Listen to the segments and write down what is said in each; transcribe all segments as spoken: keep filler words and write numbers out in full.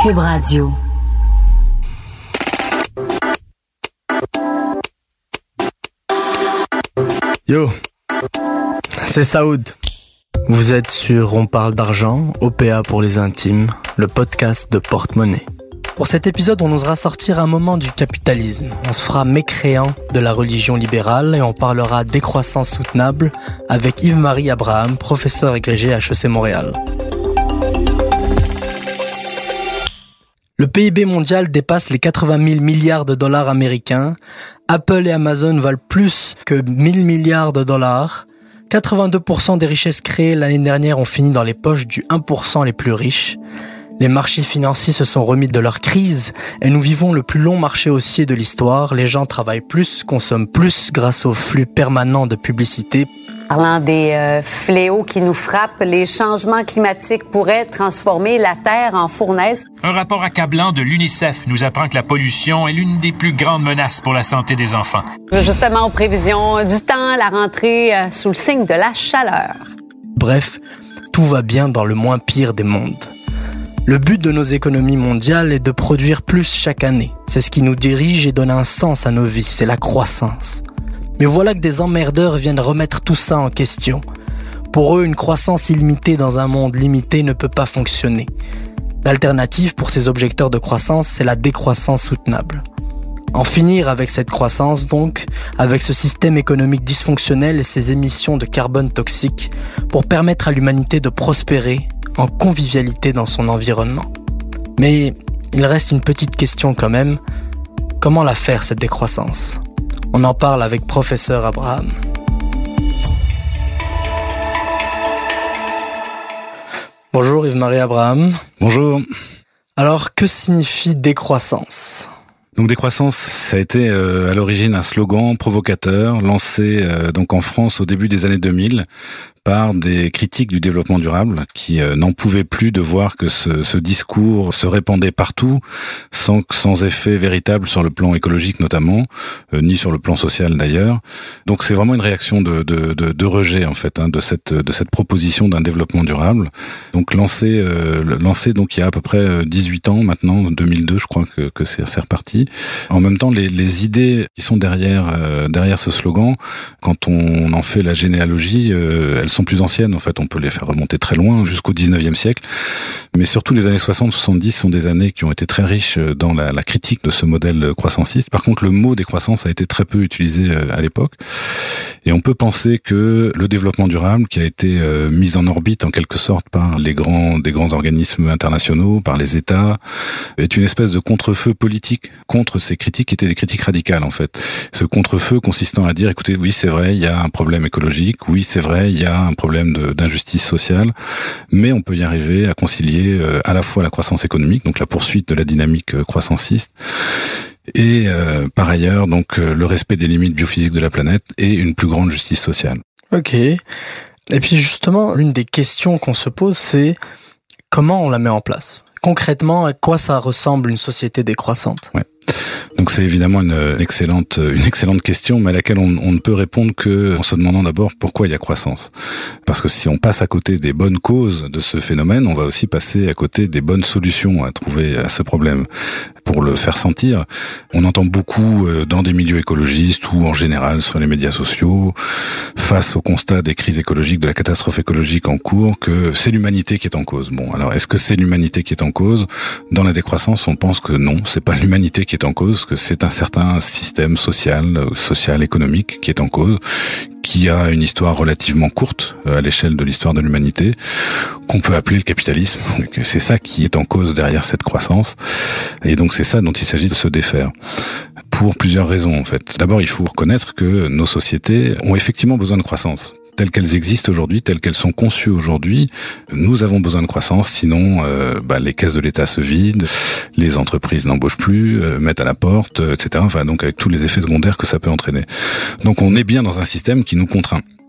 Cube Radio. Yo, c'est Saoud. Vous êtes sur On parle d'argent, O P A pour les intimes, le podcast de Porte-Monnaie. Pour cet épisode, on osera sortir un moment du capitalisme. On se fera mécréant de la religion libérale et on parlera décroissance soutenable avec Yves-Marie Abraham, professeur agrégé à H E C Montréal. Le P I B mondial dépasse les quatre-vingt mille milliards de dollars américains. Apple et Amazon valent plus que mille milliards de dollars. quatre-vingt-deux pour cent des richesses créées l'année dernière ont fini dans les poches du un pour cent les plus riches. Les marchés financiers se sont remis de leur crise et nous vivons le plus long marché haussier de l'histoire. Les gens travaillent plus, consomment plus grâce au flux permanent de publicité. Parlant des euh, fléaux qui nous frappent, les changements climatiques pourraient transformer la Terre en fournaise. Un rapport accablant de l'UNICEF nous apprend que la pollution est l'une des plus grandes menaces pour la santé des enfants. Justement, aux prévisions du temps, la rentrée euh, sous le signe de la chaleur. Bref, tout va bien dans le moins pire des mondes. Le but de nos économies mondiales est de produire plus chaque année. C'est ce qui nous dirige et donne un sens à nos vies, c'est la croissance. Mais voilà que des emmerdeurs viennent remettre tout ça en question. Pour eux, une croissance illimitée dans un monde limité ne peut pas fonctionner. L'alternative pour ces objecteurs de croissance, c'est la décroissance soutenable. En finir avec cette croissance, donc, avec ce système économique dysfonctionnel et ses émissions de carbone toxiques, pour permettre à l'humanité de prospérer en convivialité dans son environnement. Mais il reste une petite question quand même. Comment la faire, cette décroissance ? On en parle avec professeur Abraham. Bonjour Yves-Marie Abraham. Bonjour. Alors, que signifie décroissance ? Donc décroissance, ça a été euh, à l'origine un slogan provocateur lancé euh, donc en France au début des années deux mille par des critiques du développement durable qui euh, n'en pouvaient plus de voir que ce, ce discours se répandait partout sans sans effet véritable sur le plan écologique notamment, euh, ni sur le plan social d'ailleurs. Donc c'est vraiment une réaction de de de, de rejet en fait hein, de cette de cette proposition d'un développement durable. Donc lancé euh, lancé donc il y a à peu près dix-huit ans maintenant, deux mille deux je crois que que c'est c'est reparti. En même temps, les, les idées qui sont derrière euh, derrière ce slogan, quand on en fait la généalogie, euh, elles sont plus anciennes. En fait, on peut les faire remonter très loin, jusqu'au dix-neuvième siècle. Mais surtout, les années soixante soixante-dix sont des années qui ont été très riches dans la, la critique de ce modèle croissanciste. Par contre, le mot décroissance a été très peu utilisé à l'époque. Et on peut penser que le développement durable, qui a été euh, mis en orbite en quelque sorte par les grands des grands organismes internationaux, par les États, est une espèce de contre-feu politique contre ces critiques qui étaient des critiques radicales en fait. Ce contre-feu consistant à dire, écoutez, oui c'est vrai, il y a un problème écologique, oui c'est vrai, il y a un problème de, d'injustice sociale, mais on peut y arriver à concilier euh, à la fois la croissance économique, donc la poursuite de la dynamique euh, croissanciste, et euh, par ailleurs donc euh, le respect des limites biophysiques de la planète et une plus grande justice sociale. Ok. Et puis justement, l'une des questions qu'on se pose, c'est comment on la met en place ? Concrètement, à quoi ça ressemble une société décroissante ? Ouais. Donc c'est évidemment une excellente une excellente question, mais à laquelle on, on ne peut répondre que en se demandant d'abord pourquoi il y a croissance. Parce que si on passe à côté des bonnes causes de ce phénomène, on va aussi passer à côté des bonnes solutions à trouver à ce problème. Pour le faire sentir, on entend beaucoup dans des milieux écologistes ou en général sur les médias sociaux, face au constat des crises écologiques, de la catastrophe écologique en cours, que c'est l'humanité qui est en cause. Bon, alors est-ce que c'est l'humanité qui est en cause ? Dans la décroissance, on pense que non, c'est pas l'humanité qui est en cause, que c'est un certain système social, social, économique qui est en cause, qui a une histoire relativement courte à l'échelle de l'histoire de l'humanité, qu'on peut appeler le capitalisme. C'est ça qui est en cause derrière cette croissance. Et donc c'est ça dont il s'agit de se défaire. Pour plusieurs raisons en fait. D'abord, il faut reconnaître que nos sociétés ont effectivement besoin de croissance. Telles qu'elles existent aujourd'hui, telles qu'elles sont conçues aujourd'hui, nous avons besoin de croissance, sinon euh, bah, les caisses de l'État se vident, les entreprises n'embauchent plus, euh, mettent à la porte, euh, et cetera. Enfin, donc avec tous les effets secondaires que ça peut entraîner. Donc on est bien dans un système qui nous contraint.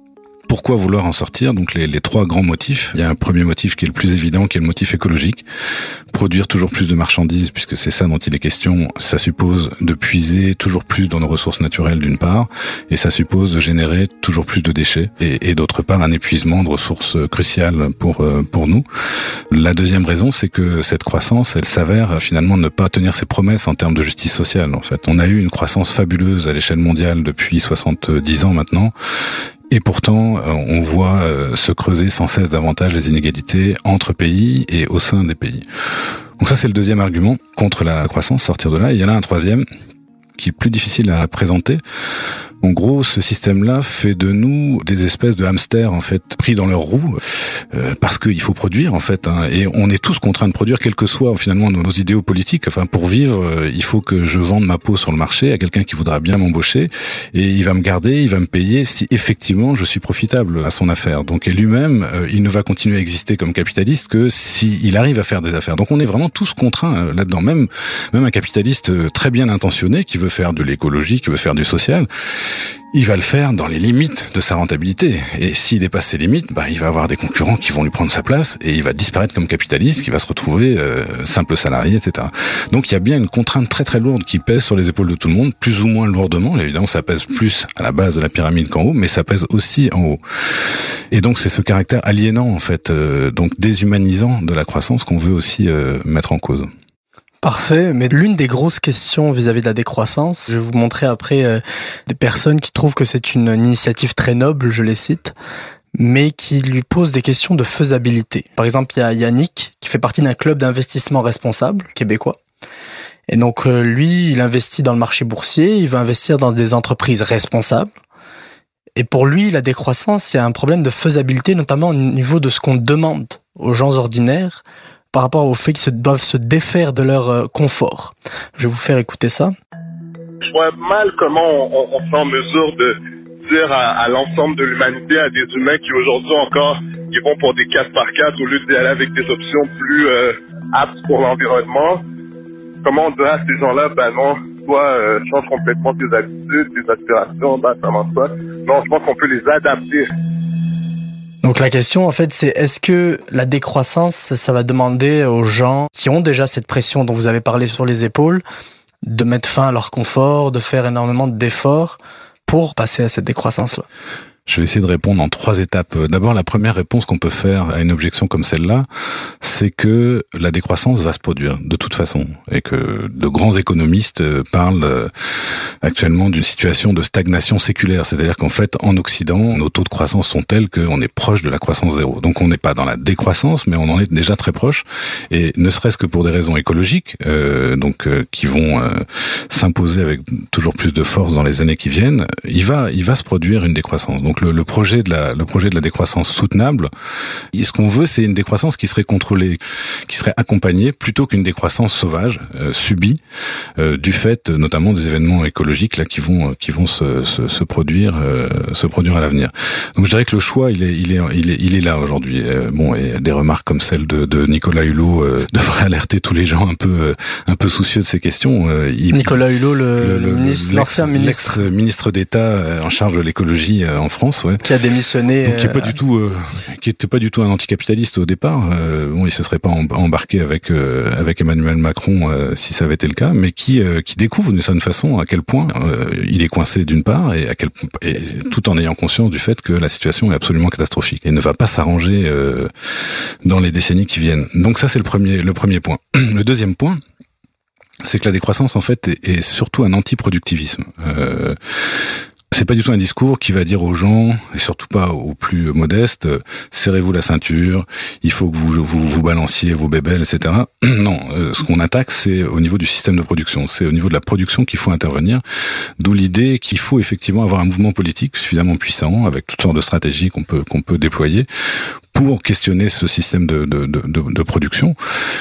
Pourquoi vouloir en sortir? Donc les, les trois grands motifs. Il y a un premier motif qui est le plus évident, qui est le motif écologique. Produire toujours plus de marchandises, puisque c'est ça dont il est question, ça suppose de puiser toujours plus dans nos ressources naturelles d'une part, et ça suppose de générer toujours plus de déchets, et, et d'autre part un épuisement de ressources cruciales pour pour nous. La deuxième raison, c'est que cette croissance, elle s'avère finalement ne pas tenir ses promesses en termes de justice sociale. En fait, on a eu une croissance fabuleuse à l'échelle mondiale depuis soixante-dix ans maintenant. Et pourtant, on voit se creuser sans cesse davantage les inégalités entre pays et au sein des pays. Donc ça, c'est le deuxième argument contre la croissance, sortir de là. Et il y en a un troisième qui est plus difficile à présenter. En gros, ce système-là fait de nous des espèces de hamsters, en fait, pris dans leur roue, euh, parce qu'il faut produire, en fait, hein, et on est tous contraints de produire, quels que soient finalement nos, nos idéaux politiques. Enfin, pour vivre, euh, il faut que je vende ma peau sur le marché à quelqu'un qui voudra bien m'embaucher, et il va me garder, il va me payer si effectivement je suis profitable à son affaire. Donc, et lui-même, euh, il ne va continuer à exister comme capitaliste que si il arrive à faire des affaires. Donc, on est vraiment tous contraints euh, là-dedans. Même, même un capitaliste euh, très bien intentionné qui veut faire de l'écologie, qui veut faire du social, il va le faire dans les limites de sa rentabilité. Et s'il dépasse ses limites, bah, il va avoir des concurrents qui vont lui prendre sa place et il va disparaître comme capitaliste, qui va se retrouver euh, simple salarié, et cetera. Donc il y a bien une contrainte très très lourde qui pèse sur les épaules de tout le monde, plus ou moins lourdement. Évidemment, ça pèse plus à la base de la pyramide qu'en haut, mais ça pèse aussi en haut. Et donc c'est ce caractère aliénant, en fait, euh, donc déshumanisant de la croissance qu'on veut aussi euh, mettre en cause. Parfait, mais l'une des grosses questions vis-à-vis de la décroissance, je vais vous montrer après euh, des personnes qui trouvent que c'est une initiative très noble, je les cite, mais qui lui posent des questions de faisabilité. Par exemple, il y a Yannick qui fait partie d'un club d'investissement responsable québécois. Et donc euh, lui, il investit dans le marché boursier, il veut investir dans des entreprises responsables. Et pour lui, la décroissance, il y a un problème de faisabilité, notamment au niveau de ce qu'on demande aux gens ordinaires par rapport au fait qu'ils se, doivent se défaire de leur euh, confort. Je vais vous faire écouter ça. Je vois mal comment on, on, on fait en mesure de dire à, à l'ensemble de l'humanité, à des humains qui aujourd'hui encore, ils vont pour des quatre par quatre au lieu d'y aller avec des options plus euh, aptes pour l'environnement. Comment on dirait à ces gens-là, ben non, toi, euh, change complètement tes habitudes, tes aspirations, ben ça marche pas. Non, je pense qu'on peut les adapter. Donc la question, en fait, c'est est-ce que la décroissance, ça va demander aux gens qui ont déjà cette pression dont vous avez parlé sur les épaules, de mettre fin à leur confort, de faire énormément d'efforts pour passer à cette décroissance-là? Je vais essayer de répondre en trois étapes. D'abord, la première réponse qu'on peut faire à une objection comme celle-là, c'est que la décroissance va se produire de toute façon, et que de grands économistes parlent actuellement d'une situation de stagnation séculaire, c'est-à-dire qu'en fait, en Occident, nos taux de croissance sont tels qu'on est proche de la croissance zéro. Donc on n'est pas dans la décroissance, mais on en est déjà très proche, et ne serait-ce que pour des raisons écologiques, euh, donc euh, qui vont euh, s'imposer avec toujours plus de force dans les années qui viennent, il va, il va se produire une décroissance. Donc Le, le projet de la, le projet de la décroissance soutenable, ce qu'on veut, c'est une décroissance qui serait contrôlée, qui serait accompagnée, plutôt qu'une décroissance sauvage, euh, subie, euh, du fait, notamment des événements écologiques là qui vont, qui vont se, se, se produire, euh, se produire à l'avenir. Donc, je dirais que le choix, il est, il est, il est, il est là aujourd'hui. Euh, bon, et des remarques comme celle de, de Nicolas Hulot euh, devraient alerter tous les gens un peu, euh, un peu soucieux de ces questions. Euh, il, Nicolas Hulot, le, le, le ministre, l'ancien ministre, l'ex-ministre d'État en charge de l'écologie en France. Ouais. Qui a démissionné, donc, qui est pas euh, du tout, euh, qui était pas du tout un anticapitaliste au départ. Euh, bon, il se serait pas embarqué avec euh, avec Emmanuel Macron euh, si ça avait été le cas, mais qui euh, qui découvre d'une certaine façon à quel point euh, il est coincé d'une part, et à quel et tout en ayant conscience du fait que la situation est absolument catastrophique et ne va pas s'arranger euh, dans les décennies qui viennent. Donc ça, c'est le premier le premier point. Le deuxième point, c'est que la décroissance en fait est, est surtout un antiproductivisme. Euh, C'est pas du tout un discours qui va dire aux gens, et surtout pas aux plus modestes, euh, serrez-vous la ceinture, il faut que vous vous, vous balanciez vos bébelles, et cetera. Non, euh, ce qu'on attaque, c'est au niveau du système de production, c'est au niveau de la production qu'il faut intervenir, d'où l'idée qu'il faut effectivement avoir un mouvement politique suffisamment puissant, avec toutes sortes de stratégies qu'on peut qu'on peut déployer pour questionner ce système de de de, de, de production.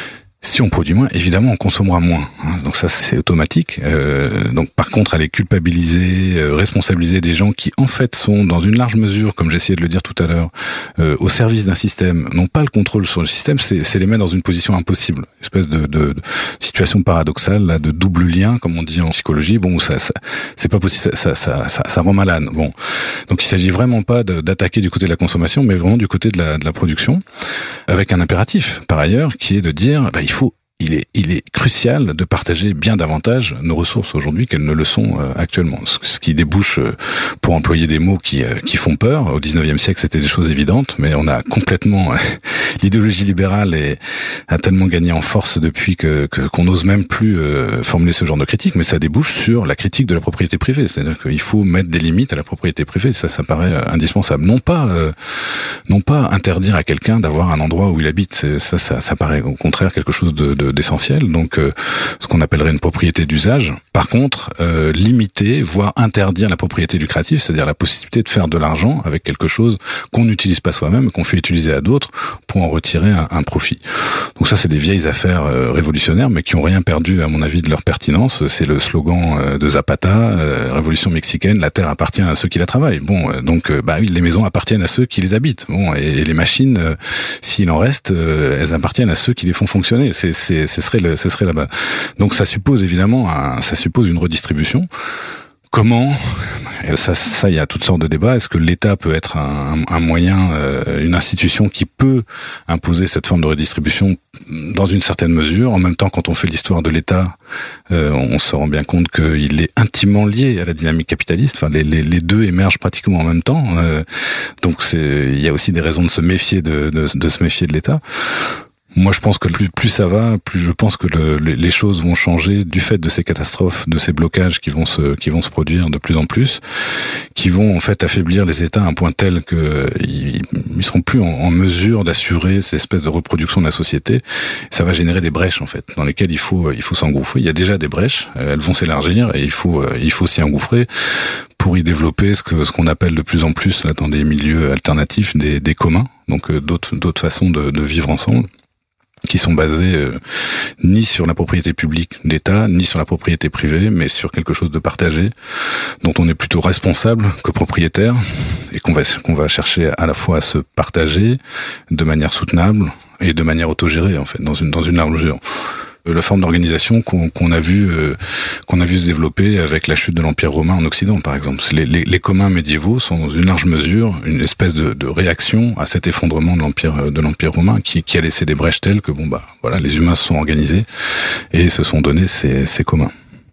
Si on produit moins, évidemment, on consommera moins. Hein, donc ça, c'est automatique. Euh, donc par contre, aller culpabiliser, euh, responsabiliser des gens qui, en fait, sont dans une large mesure, comme j'essayais de le dire tout à l'heure, euh, au service d'un système, n'ont pas le contrôle sur le système, c'est, c'est les mettre dans une position impossible, une espèce de, de, de situation paradoxale, là, de double lien, comme on dit en psychologie. Bon, ça, ça c'est pas possible, ça, ça, ça, ça, ça rend malade. Bon, donc il s'agit vraiment pas de, d'attaquer du côté de la consommation, mais vraiment du côté de la, de la production, avec un impératif, par ailleurs, qui est de dire, bah, il faut Il est, il est crucial de partager bien davantage nos ressources aujourd'hui qu'elles ne le sont euh, actuellement. Ce qui débouche, euh, pour employer des mots qui, euh, qui font peur. Au dix-neuvième siècle, c'était des choses évidentes, mais on a complètement euh, l'idéologie libérale est, a tellement gagné en force depuis que, que qu'on n'ose même plus euh, formuler ce genre de critique. Mais ça débouche sur la critique de la propriété privée. C'est-à-dire qu'il faut mettre des limites à la propriété privée. Ça, ça paraît euh, indispensable. Non pas, euh, non pas interdire à quelqu'un d'avoir un endroit où il habite. C'est, ça, ça, ça paraît au contraire quelque chose de, de d'essentiel, donc euh, ce qu'on appellerait une propriété d'usage. Par contre, euh, limiter, voire interdire la propriété lucrative, c'est-à-dire la possibilité de faire de l'argent avec quelque chose qu'on n'utilise pas soi-même, qu'on fait utiliser à d'autres pour en retirer un, un profit. Donc ça, c'est des vieilles affaires euh, révolutionnaires, mais qui ont rien perdu, à mon avis, de leur pertinence. C'est le slogan euh, de Zapata, euh, révolution mexicaine, la terre appartient à ceux qui la travaillent. Bon, euh, donc euh, bah oui, les maisons appartiennent à ceux qui les habitent. Bon, et, et les machines, euh, s'il en reste, euh, elles appartiennent à ceux qui les font fonctionner. C'est, c'est ce serait le, ce serait là-bas. Donc ça suppose évidemment, un, ça suppose une redistribution. Comment ça, ça, il y a toutes sortes de débats. Est-ce que l'État peut être un, un moyen, euh, une institution qui peut imposer cette forme de redistribution dans une certaine mesure? En même temps, quand on fait l'histoire de l'État, euh, on se rend bien compte qu'il est intimement lié à la dynamique capitaliste. Enfin, les, les, les deux émergent pratiquement en même temps. Euh, donc, c'est, il y a aussi des raisons de se méfier de, de, de se méfier de l'État. Moi, je pense que plus, plus ça va, plus je pense que le, les choses vont changer du fait de ces catastrophes, de ces blocages qui vont se, qui vont se produire de plus en plus, qui vont en fait affaiblir les États à un point tel que ils, ils seront plus en, en mesure d'assurer cette espèce de reproduction de la société. Ça va générer des brèches en fait, dans lesquelles il faut, il faut s'engouffrer. Il y a déjà des brèches, elles vont s'élargir et il faut, il faut s'y engouffrer pour y développer ce que, ce qu'on appelle de plus en plus là dans des milieux alternatifs des, des communs, donc d'autres, d'autres façons de, de vivre ensemble, qui sont basés euh, ni sur la propriété publique d'État, ni sur la propriété privée, mais sur quelque chose de partagé, dont on est plutôt responsable que propriétaire, et qu'on va, qu'on va chercher à la fois à se partager de manière soutenable et de manière autogérée, en fait, dans une, dans une large mesure. La forme d'organisation qu'on, qu'on a vu euh, qu'on a vu se développer avec la chute de l'Empire romain en Occident, par exemple. Les, les, les communs médiévaux sont dans une large mesure une espèce de, de réaction à cet effondrement de l'Empire de l'Empire romain qui, qui a laissé des brèches telles que bon bah voilà, les humains se sont organisés et se sont donnés ces, ces communs.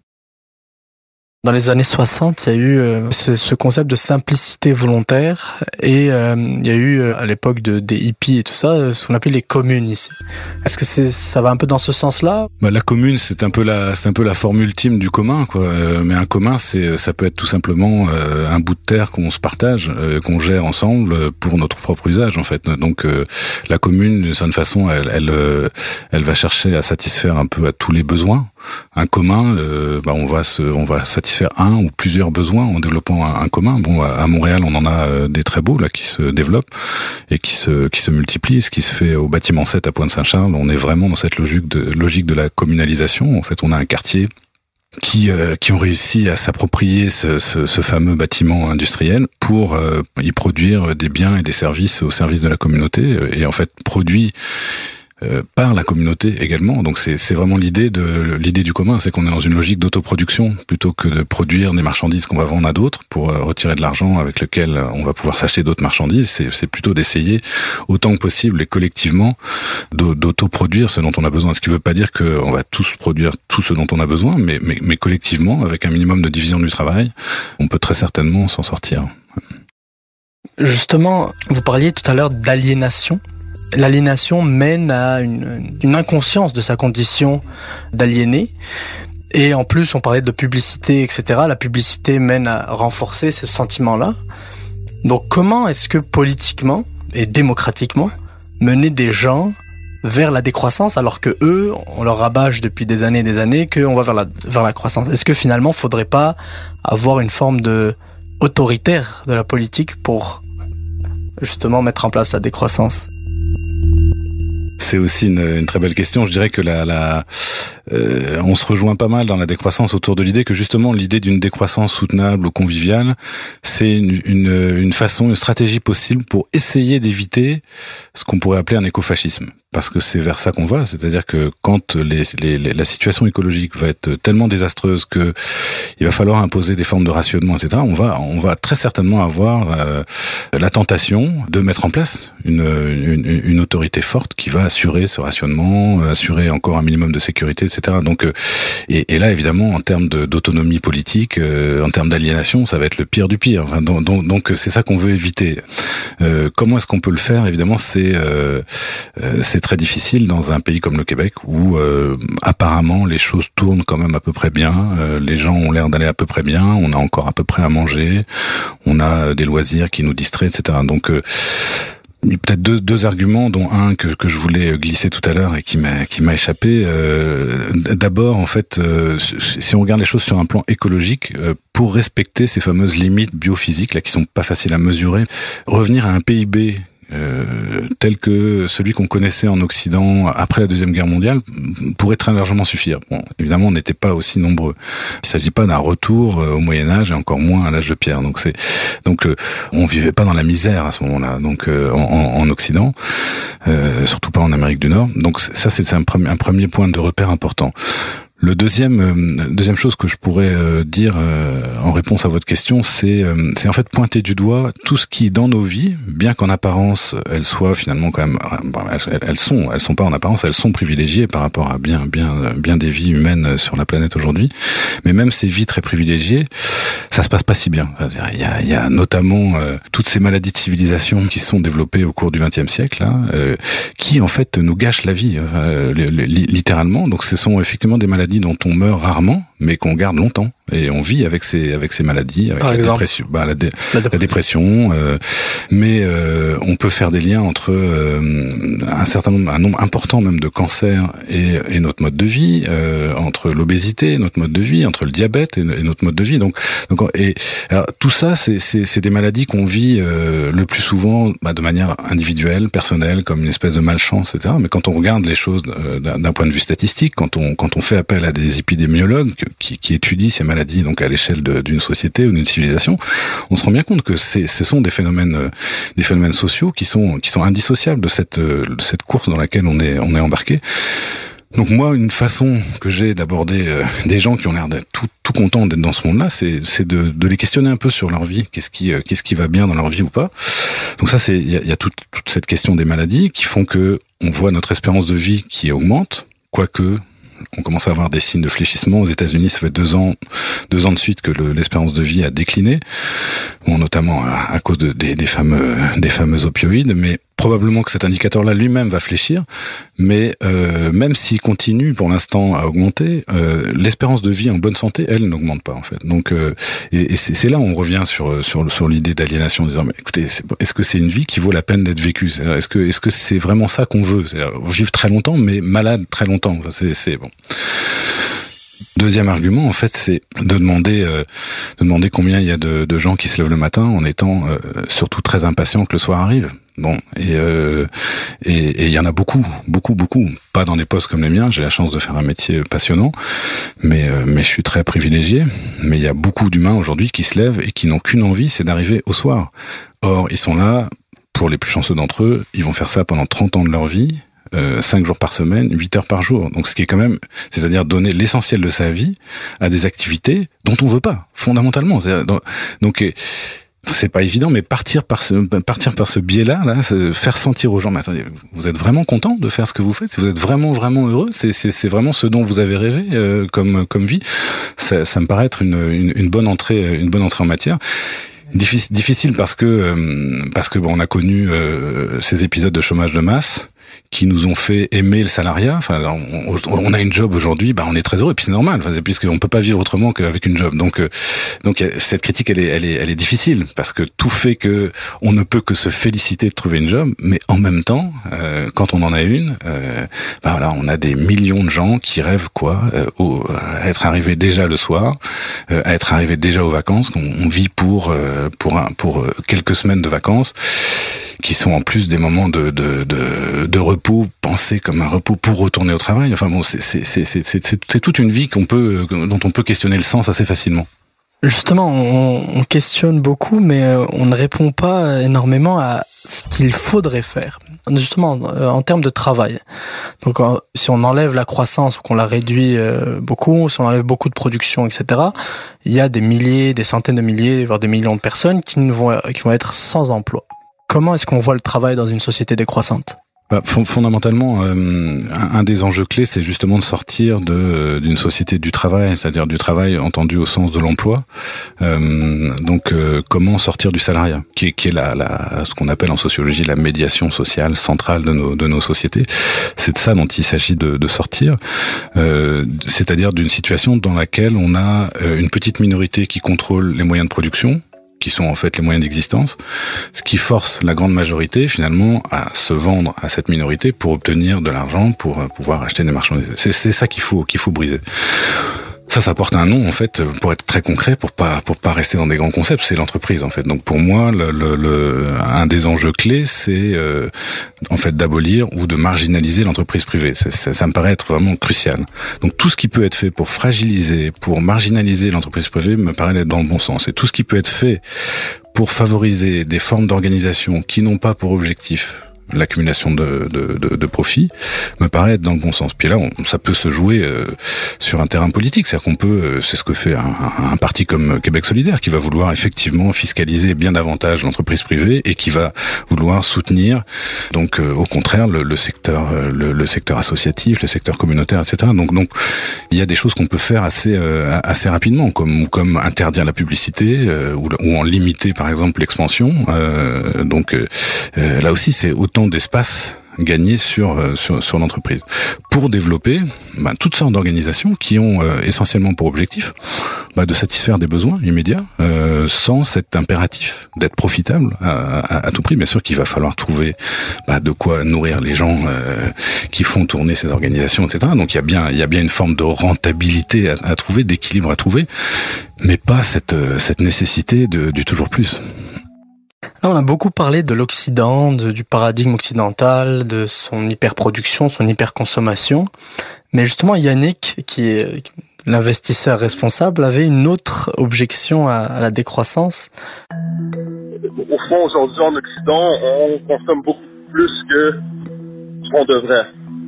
Dans les années soixante, il y a eu euh, ce, ce concept de simplicité volontaire et euh, il y a eu euh, à l'époque de, des hippies et tout ça, ce qu'on appelait les communes ici. Est-ce que c'est, ça va un peu dans ce sens-là? Bah, la commune, c'est un peu la, c'est un peu la forme ultime du commun, quoi. Euh, mais un commun, c'est, ça peut être tout simplement euh, un bout de terre qu'on se partage, euh, qu'on gère ensemble pour notre propre usage, en fait. Donc euh, la commune, d'une certaine façon, elle, elle, euh, elle va chercher à satisfaire un peu à tous les besoins. Un commun, euh, bah on va se, on va satisfaire un ou plusieurs besoins en développant un, un commun. Bon, à Montréal, on en a des très beaux là qui se développent et qui se, qui se multiplient. Ce qui se fait au bâtiment sept à Pointe-Saint-Charles, on est vraiment dans cette logique de, logique de la communalisation. En fait, on a un quartier qui euh, qui ont réussi à s'approprier ce, ce, ce fameux bâtiment industriel pour euh, y produire des biens et des services au service de la communauté et en fait produit Euh, par la communauté également. Donc c'est c'est vraiment l'idée de l'idée du commun, c'est qu'on est dans une logique d'autoproduction plutôt que de produire des marchandises qu'on va vendre à d'autres pour euh, retirer de l'argent avec lequel on va pouvoir s'acheter d'autres marchandises. C'est c'est plutôt d'essayer autant que possible et collectivement d'autoproduire ce dont on a besoin. Ce qui veut pas dire que on va tous produire tout ce dont on a besoin, mais mais mais collectivement avec un minimum de division du travail, on peut très certainement s'en sortir. Justement, vous parliez tout à l'heure d'aliénation. L'aliénation mène à une, une inconscience de sa condition d'aliéné. Et en plus, on parlait de publicité, et cetera. La publicité mène à renforcer ce sentiment-là. Donc comment est-ce que politiquement et démocratiquement mener des gens vers la décroissance alors que eux, on leur rabâche depuis des années et des années qu'on va vers la, vers la croissance? Est-ce que finalement, il ne faudrait pas avoir une forme de autoritaire de la politique pour justement mettre en place la décroissance? C'est aussi une, une très belle question. Je dirais que la, la, euh, on se rejoint pas mal dans la décroissance autour de l'idée que justement l'idée d'une décroissance soutenable ou conviviale, c'est une, une, une façon, une stratégie possible pour essayer d'éviter ce qu'on pourrait appeler un écofascisme. Parce que c'est vers ça qu'on va, c'est-à-dire que quand les, les, les, la situation écologique va être tellement désastreuse que il va falloir imposer des formes de rationnement, et cetera, on va, on va très certainement avoir euh, la tentation de mettre en place une, une, une autorité forte qui va assurer ce rationnement, assurer encore un minimum de sécurité, et cetera. Donc, euh, et, et là, évidemment, en termes de, d'autonomie politique, euh, en termes d'aliénation, ça va être le pire du pire. Enfin, donc, donc, donc, c'est ça qu'on veut éviter. Euh, comment est-ce qu'on peut le faire ? Évidemment, c'est, euh, euh, c'est très difficile dans un pays comme le Québec où euh, apparemment les choses tournent quand même à peu près bien, euh, les gens ont l'air d'aller à peu près bien, on a encore à peu près à manger, on a des loisirs qui nous distraient, et cetera. Donc euh, peut-être deux, deux arguments, dont un que, que je voulais glisser tout à l'heure et qui m'a, qui m'a échappé. Euh, d'abord, en fait, euh, si on regarde les choses sur un plan écologique, euh, pour respecter ces fameuses limites biophysiques là qui sont pas faciles à mesurer, revenir à un P I B Euh, tel que celui qu'on connaissait en Occident après la Deuxième Guerre mondiale pourrait très largement suffire. Bon, évidemment, on n'était pas aussi nombreux. Il ne s'agit pas d'un retour au Moyen-Âge et encore moins à l'âge de pierre. Donc, c'est, donc euh, on vivait pas dans la misère à ce moment-là, donc euh, en, en Occident, euh, surtout pas en Amérique du Nord. Donc ça, c'est un premier, un premier point de repère important. Le deuxième, euh, deuxième chose que je pourrais euh, dire euh, en réponse à votre question, c'est, euh, c'est en fait pointer du doigt tout ce qui, dans nos vies, bien qu'en apparence elles soient finalement quand même, elles, elles sont, elles sont pas en apparence, elles sont privilégiées par rapport à bien, bien, bien des vies humaines sur la planète aujourd'hui. Mais même ces vies très privilégiées, ça se passe pas si bien. C'est-à-dire, il y a, il y a notamment euh, toutes ces maladies de civilisation qui se sont développées au cours du vingtième siècle, là, euh, qui en fait nous gâchent la vie, euh, littéralement. Donc, ce sont effectivement des maladies dont on meurt rarement, mais qu'on garde longtemps. Et on vit avec ces avec ces maladies, avec Par la exemple, dépression, bah, la, dé, la, la dépression. Euh, mais euh, on peut faire des liens entre euh, un certain nombre, un nombre important même de cancers et, et notre mode de vie, euh, entre l'obésité, notre mode de vie, entre le diabète et, et notre mode de vie. Donc, donc et alors, tout ça, c'est c'est c'est des maladies qu'on vit euh, le plus souvent bah, de manière individuelle, personnelle, comme une espèce de malchance, et cetera. Mais quand on regarde les choses euh, d'un, d'un point de vue statistique, quand on quand on fait appel à des épidémiologues qui, qui étudient ces maladies maladie, donc à l'échelle de, d'une société ou d'une civilisation, on se rend bien compte que c'est, ce sont des phénomènes, euh, des phénomènes sociaux qui sont, qui sont indissociables de cette, euh, de cette course dans laquelle on est, on est embarqué. Donc moi, une façon que j'ai d'aborder euh, des gens qui ont l'air d'être tout, tout contents d'être dans ce monde-là, c'est, c'est de, de les questionner un peu sur leur vie, qu'est-ce qui, euh, qu'est-ce qui va bien dans leur vie ou pas. Donc ça, c'est, il y a, y a toute, toute cette question des maladies qui font que on voit notre espérance de vie qui augmente, quoique on commence à avoir des signes de fléchissement. Aux États-Unis, ça fait deux ans, deux ans de suite que le, l'espérance de vie a décliné, bon, notamment à, à cause de, des, des fameux, des fameux opioïdes, mais probablement que cet indicateur-là lui-même va fléchir, mais euh, même s'il continue pour l'instant à augmenter, euh, l'espérance de vie en bonne santé, elle, n'augmente pas en fait. Donc, euh, et, et c'est, c'est là où on revient sur sur sur l'idée d'aliénation, en disant, mais écoutez, c'est, est-ce que c'est une vie qui vaut la peine d'être vécue ? C'est-à-dire, est-ce que est-ce que c'est vraiment ça qu'on veut ? C'est-à-dire vivre très longtemps, mais malade très longtemps. Enfin, c'est c'est bon. Deuxième argument, en fait, c'est de demander, euh, de demander combien il y a de, de gens qui se lèvent le matin en étant euh, surtout très impatients que le soir arrive. Bon, et euh, et il y en a beaucoup, beaucoup, beaucoup. Pas dans des postes comme les miens. J'ai la chance de faire un métier passionnant, mais euh, mais je suis très privilégié. Mais il y a beaucoup d'humains aujourd'hui qui se lèvent et qui n'ont qu'une envie, c'est d'arriver au soir. Or, ils sont là, pour les plus chanceux d'entre eux, ils vont faire ça pendant trente ans de leur vie. Euh, cinq jours par semaine, huit heures par jour. Donc, ce qui est quand même, c'est-à-dire donner l'essentiel de sa vie à des activités dont on veut pas, fondamentalement. Donc, donc c'est pas évident, mais partir par ce, partir par ce biais-là, là, faire sentir aux gens, mais attendez, vous êtes vraiment content de faire ce que vous faites? Si vous êtes vraiment, vraiment heureux, c'est, c'est, c'est vraiment ce dont vous avez rêvé, euh, comme, comme vie. Ça, ça me paraît être une, une, une bonne entrée, une bonne entrée en matière. Difficile parce que, euh, parce que bon, on a connu, euh, ces épisodes de chômage de masse, qui nous ont fait aimer le salariat. Enfin, on, on a une job aujourd'hui, bah on est très heureux, et puis c'est normal, enfin, puisqu'on peut pas vivre autrement qu'avec une job. Donc, euh, donc cette critique, elle est, elle est, elle est difficile parce que tout fait que on ne peut que se féliciter de trouver une job, mais en même temps, euh, quand on en a une, euh, bah voilà, on a des millions de gens qui rêvent quoi, euh, au, à être arrivés déjà le soir, euh, à être arrivés déjà aux vacances. On, on vit pour euh, pour un, pour quelques semaines de vacances. qui sont en plus des moments de, de, de, de repos, pensés comme un repos pour retourner au travail. Enfin bon, c'est, c'est, c'est, c'est, c'est, c'est toute une vie qu'on peut, dont on peut questionner le sens assez facilement. Justement, on, on questionne beaucoup, mais on ne répond pas énormément à ce qu'il faudrait faire. Justement, en termes de travail. Donc, si on enlève la croissance ou qu'on la réduit beaucoup, si on enlève beaucoup de production, et cetera, il y a des milliers, des centaines de milliers, voire des millions de personnes qui vont, qui vont être sans emploi. Comment est-ce qu'on voit le travail dans une société décroissante ? Bah, fondamentalement, euh, un, un des enjeux clés, c'est justement de sortir de d'une société du travail, c'est-à-dire du travail entendu au sens de l'emploi. Euh, donc, euh, comment sortir du salariat, qui est, qui est la, la, ce qu'on appelle en sociologie la médiation sociale centrale de nos de nos sociétés. C'est de ça dont il s'agit de, de sortir, euh, c'est-à-dire d'une situation dans laquelle on a une petite minorité qui contrôle les moyens de production, qui sont en fait les moyens d'existence, ce qui force la grande majorité finalement à se vendre à cette minorité pour obtenir de l'argent, pour pouvoir acheter des marchandises. C'est, c'est ça qu'il faut qu'il faut briser. Ça, ça porte un nom en fait, pour être très concret, pour pas pour pas rester dans des grands concepts. C'est l'entreprise en fait. Donc pour moi, le, le, le un des enjeux clés, c'est euh, en fait d'abolir ou de marginaliser l'entreprise privée. Ça, ça, ça me paraît être vraiment crucial. Donc tout ce qui peut être fait pour fragiliser, pour marginaliser l'entreprise privée, me paraît être dans le bon sens. Et tout ce qui peut être fait pour favoriser des formes d'organisation qui n'ont pas pour objectif l'accumulation de, de, de, de profits, me paraît être dans le bon sens. Puis là, on, ça peut se jouer euh, sur un terrain politique, c'est-à-dire qu'on peut, euh, c'est ce que fait un, un parti comme Québec solidaire, qui va vouloir effectivement fiscaliser bien davantage l'entreprise privée et qui va vouloir soutenir, donc euh, au contraire, le, le secteur, euh, le, le secteur associatif, le secteur communautaire, et cetera. Donc, donc, il y a des choses qu'on peut faire assez, euh, assez rapidement, comme, comme interdire la publicité euh, ou, ou en limiter, par exemple, l'expansion. Euh, donc, euh, là aussi, c'est autant d'espace gagné sur sur sur l'entreprise pour développer bah, toutes sortes d'organisations qui ont euh, essentiellement pour objectif bah, de satisfaire des besoins immédiats euh, sans cet impératif d'être profitable à, à, à tout prix. Bien sûr qu'il va falloir trouver bah, de quoi nourrir les gens euh, qui font tourner ces organisations, et cetera. Donc il y a bien il y a bien une forme de rentabilité à, à trouver, d'équilibre à trouver, mais pas cette cette nécessité de du toujours plus. Là, on a beaucoup parlé de l'Occident, de, du paradigme occidental, de son hyperproduction, son hyperconsommation. Mais justement, Yannick, qui est l'investisseur responsable, avait une autre objection à, à la décroissance. Au fond, aujourd'hui, en Occident, on consomme beaucoup plus que ce qu'on devrait.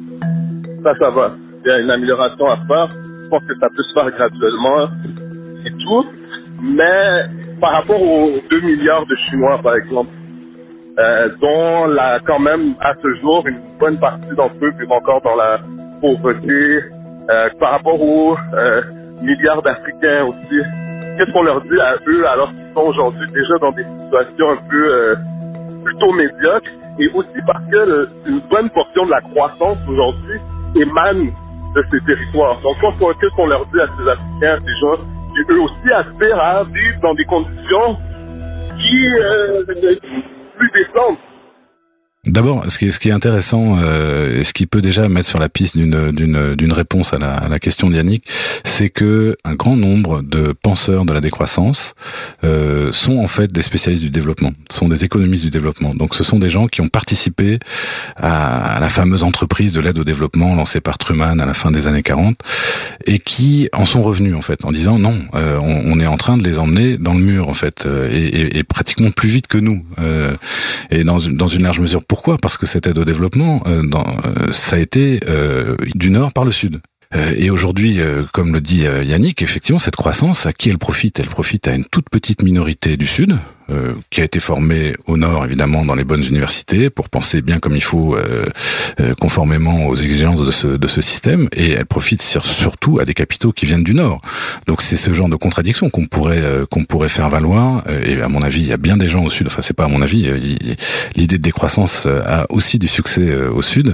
Ça, ça va. Il y a une amélioration à faire. Je pense que ça peut se faire graduellement et tout. Mais par rapport aux deux milliards de Chinois, par exemple, euh, dont la, quand même, à ce jour, une bonne partie d'entre eux vivent encore dans la pauvreté, euh, par rapport aux euh, milliards d'Africains aussi, qu'est-ce qu'on leur dit à eux alors qu'ils sont aujourd'hui déjà dans des situations un peu euh, plutôt médiocres, et aussi parce que le, une bonne portion de la croissance aujourd'hui émane de ces territoires. Donc, qu'est-ce qu'on leur dit à ces Africains, ces gens qui eux aussi aspirent à vivre dans des conditions qui euh, plus décentes? D'abord, ce qui est, ce qui est intéressant, euh, et ce qui peut déjà mettre sur la piste d'une, d'une, d'une réponse à la, à la question de Yannick, c'est que un grand nombre de penseurs de la décroissance euh, sont en fait des spécialistes du développement, sont des économistes du développement. Donc, ce sont des gens qui ont participé à, à la fameuse entreprise de l'aide au développement lancée par Truman à la fin des années quarante, et qui en sont revenus en fait en disant non, euh, on, on est en train de les emmener dans le mur en fait, euh, et, et, et pratiquement plus vite que nous, euh, et dans une, dans une large mesure. Pourquoi ? Parce que cette aide au développement, euh, dans, euh, ça a été euh, du nord par le sud. Euh, et aujourd'hui, euh, comme le dit euh, Yannick, effectivement, cette croissance, à qui elle profite ? Elle profite à une toute petite minorité du sud, euh, qui a été formée au nord, évidemment, dans les bonnes universités, pour penser bien comme il faut, euh, euh, conformément aux exigences de ce, de ce système, et elle profite sur, surtout à des capitaux qui viennent du nord. Donc c'est ce genre de contradiction qu'on pourrait euh, qu'on pourrait faire valoir, euh, et à mon avis, il y a bien des gens au sud, enfin c'est pas à mon avis, euh, il, l'idée de décroissance a aussi du succès euh, au sud,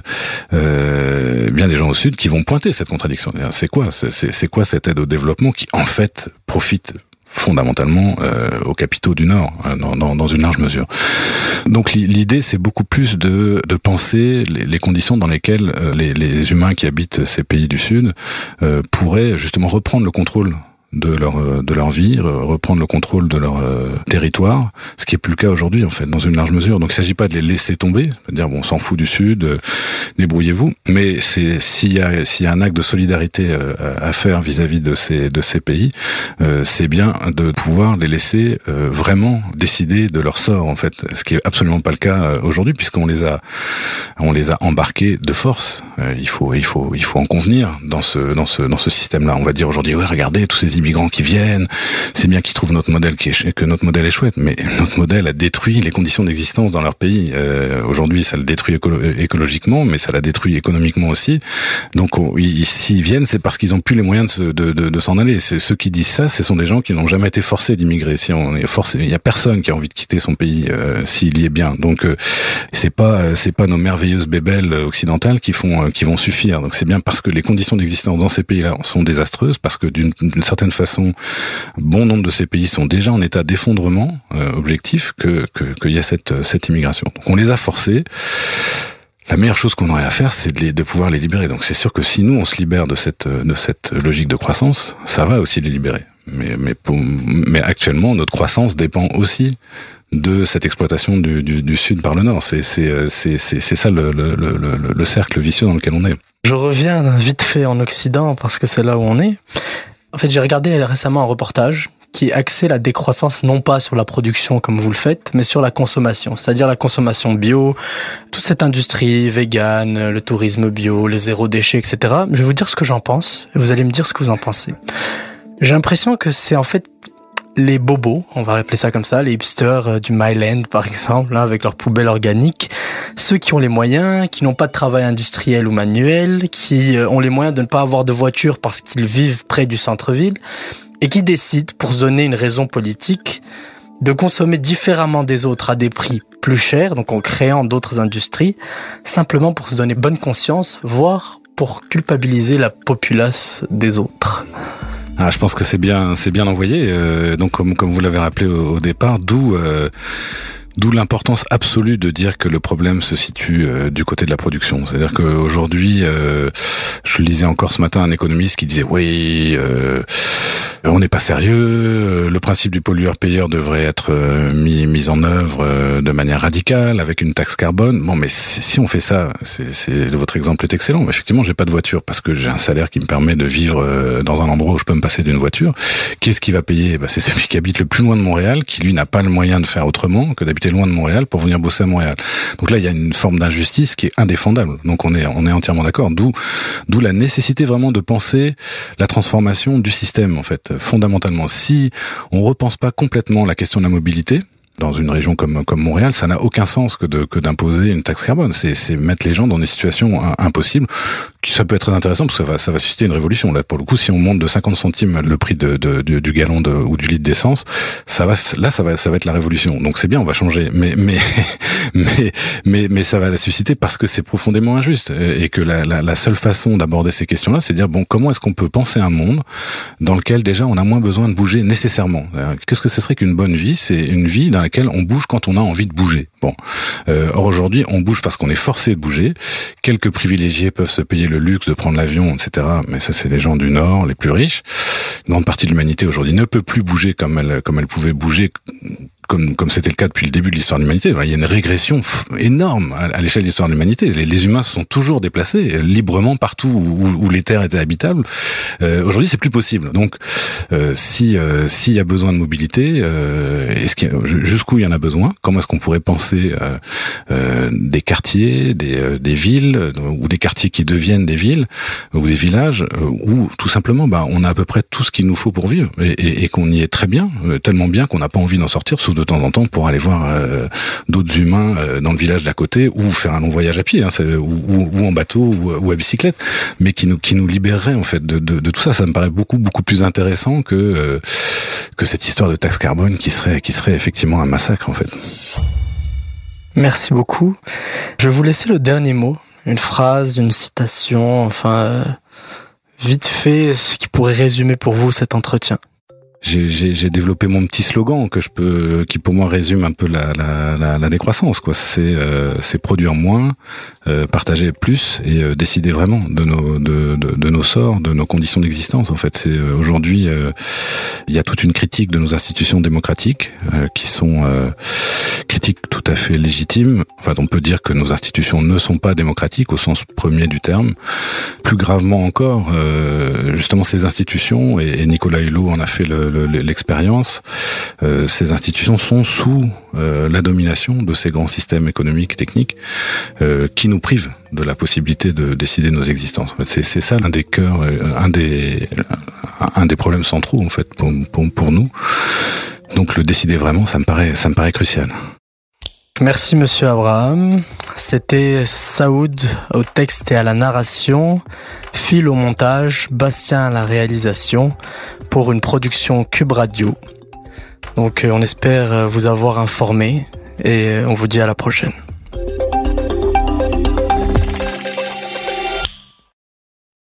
euh, bien des gens au sud qui vont pointer cette contradiction. C'est quoi, c'est, c'est quoi cette aide au développement qui, en fait, profite fondamentalement euh, aux capitaux du Nord, euh, dans, dans, dans une large mesure. Donc l'idée, c'est beaucoup plus de, de penser les, les conditions dans lesquelles euh, les, les humains qui habitent ces pays du Sud euh, pourraient justement reprendre le contrôle de leur de leur vie, reprendre le contrôle de leur euh, territoire, ce qui est plus le cas aujourd'hui en fait, dans une large mesure. Donc il s'agit pas de les laisser tomber, c'est-à-dire bon, on s'en fout du Sud, euh, débrouillez-vous. Mais c'est s'il y a s'il y a un acte de solidarité euh, à faire vis-à-vis de ces de ces pays, euh, c'est bien de pouvoir les laisser euh, vraiment décider de leur sort en fait, ce qui est absolument pas le cas euh, aujourd'hui puisqu'on les a on les a embarqués de force. Euh, il faut il faut il faut en convenir dans ce dans ce dans ce système-là. On va dire aujourd'hui ouais, regardez tous ces immigrants qui viennent, c'est bien qu'ils trouvent notre modèle qui est que notre modèle est chouette, mais notre modèle a détruit les conditions d'existence dans leur pays. Euh, aujourd'hui, ça le détruit écolo- écologiquement, mais ça l'a détruit économiquement aussi. Donc, on, ils, s'ils viennent, c'est parce qu'ils ont plus les moyens de, se, de, de, de s'en aller. C'est ceux qui disent ça, ce sont des gens qui n'ont jamais été forcés d'immigrer. Si on est forcé, il y a personne qui a envie de quitter son pays euh, s'il y est bien. Donc, euh, c'est pas c'est pas nos merveilleuses bébelles occidentales qui font euh, qui vont suffire. Donc, c'est bien parce que les conditions d'existence dans ces pays-là sont désastreuses, parce que d'une, d'une certaine façon, bon nombre de ces pays sont déjà en état d'effondrement euh, objectif que, que qu'il y a cette cette immigration. Donc on les a forcés. La meilleure chose qu'on aurait à faire, c'est de, les, de pouvoir les libérer. Donc c'est sûr que si nous on se libère de cette de cette logique de croissance, ça va aussi les libérer. Mais mais pour, mais actuellement notre croissance dépend aussi de cette exploitation du, du, du Sud par le Nord. C'est c'est c'est c'est, c'est ça le, le le le cercle vicieux dans lequel on est. Je reviens vite fait en Occident parce que c'est là où on est. En fait, j'ai regardé récemment un reportage qui axait la décroissance non pas sur la production comme vous le faites, mais sur la consommation, c'est-à-dire la consommation bio, toute cette industrie végane, le tourisme bio, les zéro déchets, et cetera. Je vais vous dire ce que j'en pense et vous allez me dire ce que vous en pensez. J'ai l'impression que c'est en fait les bobos, on va appeler ça comme ça, les hipsters du Myland par exemple, hein, avec leurs poubelles organiques, ceux qui ont les moyens, qui n'ont pas de travail industriel ou manuel, qui ont les moyens de ne pas avoir de voiture parce qu'ils vivent près du centre-ville, et qui décident, pour se donner une raison politique, de consommer différemment des autres à des prix plus chers, donc en créant d'autres industries, simplement pour se donner bonne conscience, voire pour culpabiliser la populace des autres. Ah, je pense que c'est bien, c'est bien envoyé. Euh, donc, comme comme vous l'avez rappelé au, au départ, d'où euh, d'où l'importance absolue de dire que le problème se situe euh, du côté de la production. C'est-à-dire qu'aujourd'hui, euh, je lisais encore ce matin un économiste qui disait oui, euh, on n'est pas sérieux. Le principe du pollueur-payeur devrait être euh, mis mis en œuvre euh, de manière radicale avec une taxe carbone. Bon, mais si on fait ça, c'est, c'est votre exemple est excellent. Effectivement, j'ai pas de voiture parce que j'ai un salaire qui me permet de vivre euh, dans un endroit où je peux me passer d'une voiture. Qu'est-ce qui va payer ? Bah, c'est celui qui habite le plus loin de Montréal, qui lui n'a pas le moyen de faire autrement que d'habiter loin de Montréal pour venir bosser à Montréal. Donc là, il y a une forme d'injustice qui est indéfendable. Donc on est on est entièrement d'accord. D'où d'où la nécessité vraiment de penser la transformation du système en fait. Fondamentalement, si on repense pas complètement la question de la mobilité dans une région comme comme Montréal, ça n'a aucun sens que de que d'imposer une taxe carbone. C'est c'est mettre les gens dans des situations impossibles. Qui ça peut être très intéressant parce que ça va ça va susciter une révolution. Là pour le coup, si on monte de cinquante centimes le prix de, de, de du gallon de, ou du litre d'essence, ça va là ça va ça va être la révolution. Donc c'est bien, on va changer. Mais mais mais mais mais ça va la susciter parce que c'est profondément injuste et que la la, la seule façon d'aborder ces questions-là, c'est de dire bon, comment est-ce qu'on peut penser un monde dans lequel déjà on a moins besoin de bouger nécessairement. Qu'est-ce que ce serait qu'une bonne vie ? C'est une vie dans laquelle on bouge quand on a envie de bouger. Bon, euh, or aujourd'hui, on bouge parce qu'on est forcé de bouger. Quelques privilégiés peuvent se payer le luxe de prendre l'avion, et cetera. Mais ça, c'est les gens du Nord, les plus riches. Une grande partie de l'humanité aujourd'hui ne peut plus bouger comme elle comme elle pouvait bouger. Comme comme c'était le cas depuis le début de l'histoire de l'humanité. Il y a une régression f- énorme à, à l'échelle de l'histoire de l'humanité. Les, les humains se sont toujours déplacés euh, librement partout où, où les terres étaient habitables. Euh, aujourd'hui, c'est plus possible. Donc, euh, si euh, s'il y a besoin de mobilité, euh, est-ce qu'il y a, jusqu'où il y en a besoin ? Comment est-ce qu'on pourrait penser euh, euh, des quartiers, des, euh, des villes, euh, ou des quartiers qui deviennent des villes ou des villages, euh, où tout simplement, bah, on a à peu près tout ce qu'il nous faut pour vivre et, et, et qu'on y est très bien, euh, tellement bien qu'on n'a pas envie d'en sortir, sauf de temps en temps pour aller voir euh, d'autres humains euh, dans le village d'à côté ou faire un long voyage à pied, hein, c'est, ou, ou, ou en bateau ou, ou à bicyclette, mais qui nous qui nous libérerait en fait de, de, de tout ça. Ça me paraît beaucoup beaucoup plus intéressant que euh, que cette histoire de taxe carbone qui serait qui serait effectivement un massacre en fait. Merci beaucoup. Je vais vous laisser le dernier mot, une phrase, une citation, enfin euh, vite fait, ce qui pourrait résumer pour vous cet entretien. j'ai, j'ai, j'ai développé mon petit slogan que je peux, qui pour moi résume un peu la, la, la, la décroissance, quoi. C'est, euh, c'est produire moins, euh, partager plus et euh, décider vraiment de nos, de, de, de nos sorts, de nos conditions d'existence. En fait, c'est euh, aujourd'hui, euh, il y a toute une critique de nos institutions démocratiques euh, qui sont euh, critiques tout à fait légitimes. Enfin, on peut dire que nos institutions ne sont pas démocratiques au sens premier du terme. Plus gravement encore, euh, justement, ces institutions, et, et Nicolas Hulot en a fait le, le, l'expérience, euh, ces institutions sont sous euh, la domination de ces grands systèmes économiques et techniques euh, qui nous privent de la possibilité de décider de nos existences. En fait, c'est, c'est ça l'un des cœurs, un des, un des problèmes centraux en fait pour, pour, pour nous. Donc le décider vraiment, ça me paraît, ça me paraît crucial. Merci Monsieur Abraham. C'était Saoud au texte et à la narration, Phil au montage, Bastien à la réalisation pour une production Cube Radio. Donc on espère vous avoir informé et on vous dit à la prochaine.